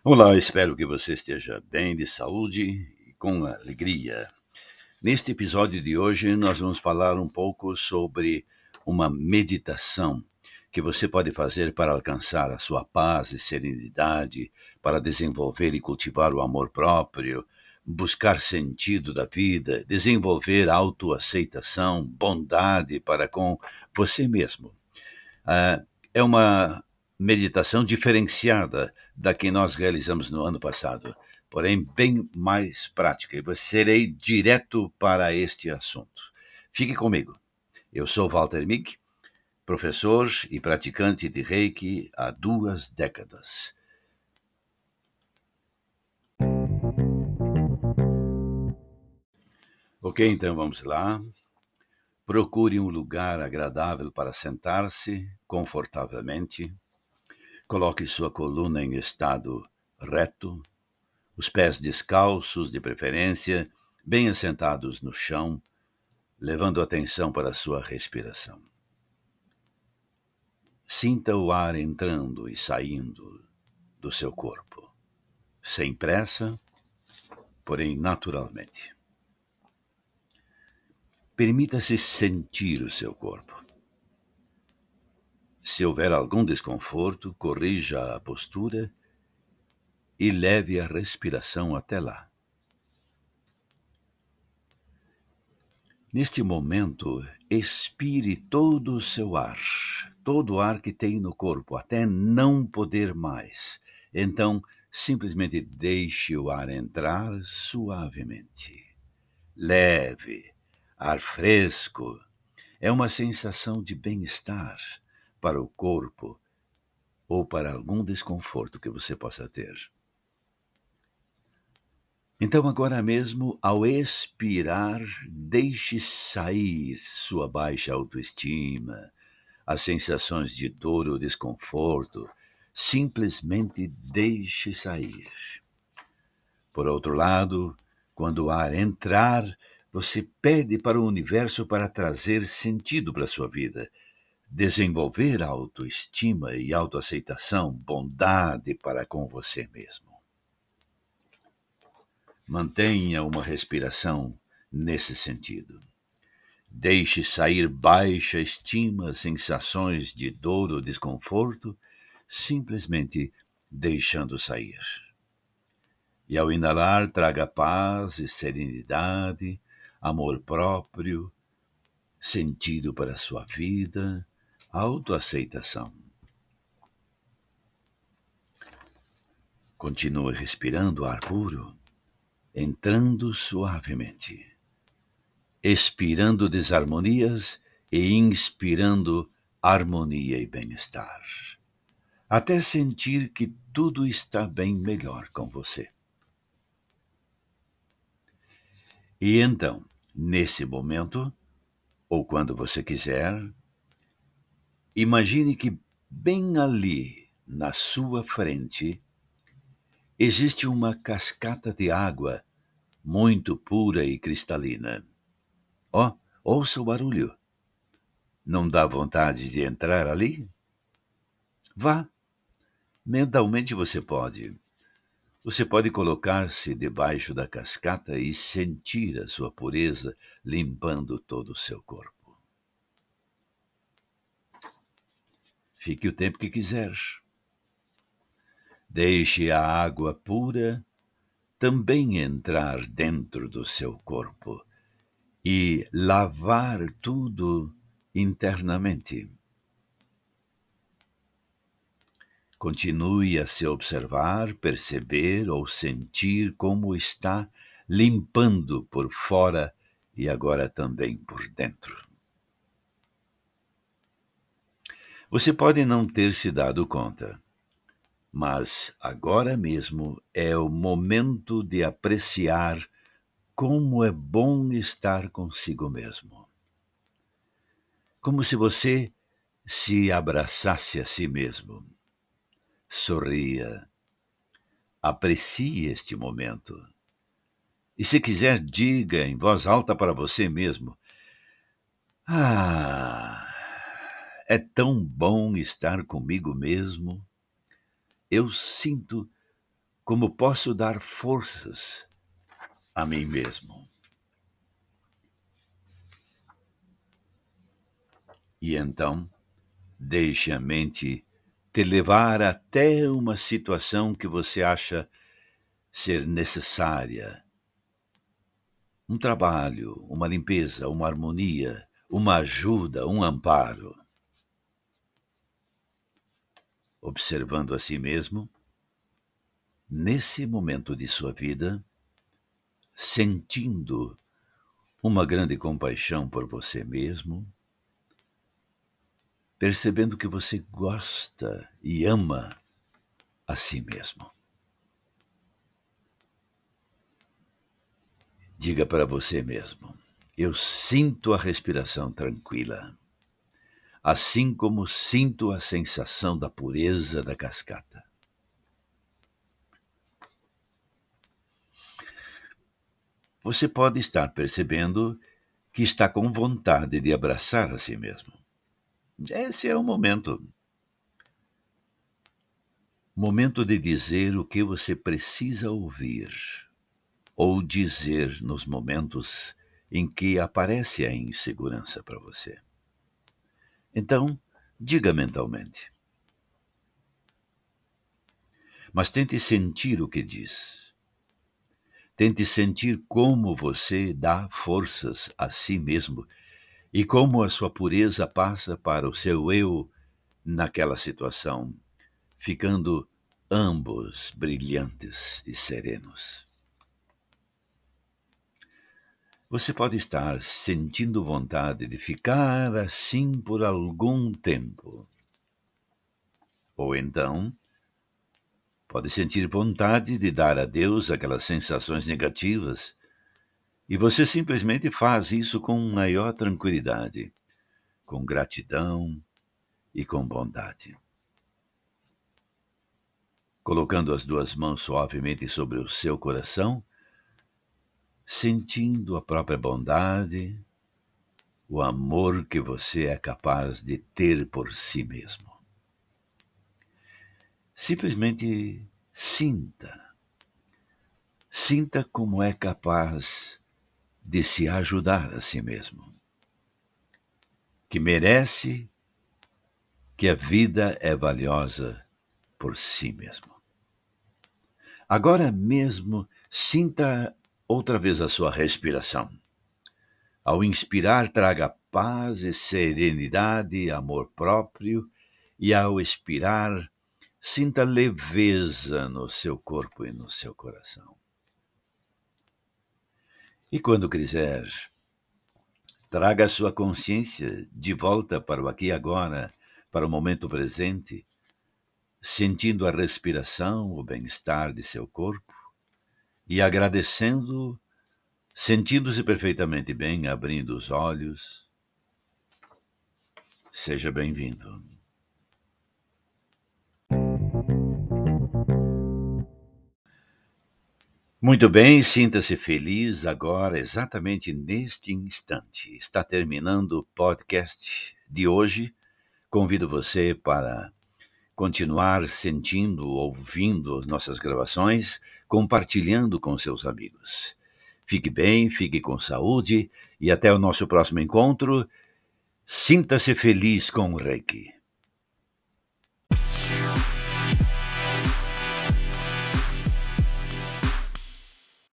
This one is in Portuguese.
Olá, espero que você esteja bem de saúde e com alegria. Neste episódio de hoje, nós vamos falar um pouco sobre uma meditação que você pode fazer para alcançar a sua paz e serenidade, para desenvolver e cultivar o amor próprio, buscar sentido da vida, desenvolver autoaceitação, bondade para com você mesmo. Ah, é uma meditação diferenciada da que nós realizamos no ano passado, porém bem mais prática, e serei direto para este assunto. Fique comigo. Eu sou Walter Mick, professor e praticante de Reiki há 2 décadas. Ok, então vamos lá. Procure um lugar agradável para sentar-se confortavelmente. Coloque sua coluna em estado reto, os pés descalços, de preferência, bem assentados no chão, levando atenção para a sua respiração. Sinta o ar entrando e saindo do seu corpo, sem pressa, porém naturalmente. Permita-se sentir o seu corpo. Se houver algum desconforto, corrija a postura e leve a respiração até lá. Neste momento, expire todo o seu ar, todo o ar que tem no corpo, até não poder mais. Então, simplesmente deixe o ar entrar suavemente. Leve, ar fresco. É uma sensação de bem-estar para o corpo ou para algum desconforto que você possa ter. Então, agora mesmo, ao expirar, deixe sair sua baixa autoestima, as sensações de dor ou desconforto. Simplesmente deixe sair. Por outro lado, quando o ar entrar, você pede para o universo para trazer sentido para a sua vida, desenvolver autoestima e autoaceitação, bondade para com você mesmo. Mantenha uma respiração nesse sentido. Deixe sair baixa estima, sensações de dor ou desconforto, simplesmente deixando sair. E ao inalar, traga paz e serenidade, amor próprio, sentido para a sua vida, autoaceitação. Continue respirando ar puro, entrando suavemente, expirando desarmonias e inspirando harmonia e bem-estar, até sentir que tudo está bem melhor com você. E então, nesse momento, ou quando você quiser, imagine que bem ali, na sua frente, existe uma cascata de água muito pura e cristalina. Ouça o barulho. Não dá vontade de entrar ali? Vá. Mentalmente você pode. Você pode colocar-se debaixo da cascata e sentir a sua pureza limpando todo o seu corpo. Fique o tempo que quiser. Deixe a água pura também entrar dentro do seu corpo e lavar tudo internamente. Continue a se observar, perceber ou sentir como está limpando por fora e agora também por dentro. Você pode não ter se dado conta, mas agora mesmo é o momento de apreciar como é bom estar consigo mesmo. Como se você se abraçasse a si mesmo. Sorria. Aprecie este momento. E se quiser, diga em voz alta para você mesmo: Ah, é tão bom estar comigo mesmo. Eu sinto como posso dar forças a mim mesmo. E então, deixe a mente te levar até uma situação que você acha ser necessária. Um trabalho, uma limpeza, uma harmonia, uma ajuda, um amparo. Observando a si mesmo, nesse momento de sua vida, sentindo uma grande compaixão por você mesmo, percebendo que você gosta e ama a si mesmo. Diga para você mesmo: eu sinto a respiração tranquila, assim como sinto a sensação da pureza da cascata. Você pode estar percebendo que está com vontade de abraçar a si mesmo. Esse é o momento. Momento de dizer o que você precisa ouvir ou dizer nos momentos em que aparece a insegurança para você. Então, diga mentalmente. Mas tente sentir o que diz. Tente sentir como você dá forças a si mesmo e como a sua pureza passa para o seu eu naquela situação, ficando ambos brilhantes e serenos. Você pode estar sentindo vontade de ficar assim por algum tempo. Ou então, pode sentir vontade de dar a Deus aquelas sensações negativas. E você simplesmente faz isso com maior tranquilidade, com gratidão e com bondade. Colocando as duas mãos suavemente sobre o seu coração, sentindo a própria bondade, o amor que você é capaz de ter por si mesmo. Simplesmente sinta. Sinta como é capaz de se ajudar a si mesmo. Que merece, que a vida é valiosa por si mesmo. Agora mesmo, sinta outra vez a sua respiração. Ao inspirar, traga paz e serenidade, amor próprio, e ao expirar, sinta leveza no seu corpo e no seu coração. E quando quiser, traga a sua consciência de volta para o aqui e agora, para o momento presente, sentindo a respiração, o bem-estar de seu corpo e agradecendo, sentindo-se perfeitamente bem, abrindo os olhos. Seja bem-vindo. Muito bem, sinta-se feliz agora, exatamente neste instante. Está terminando o podcast de hoje. Convido você para continuar sentindo, ouvindo as nossas gravações, compartilhando com seus amigos. Fique bem, fique com saúde e até o nosso próximo encontro. Sinta-se feliz com o Reiki.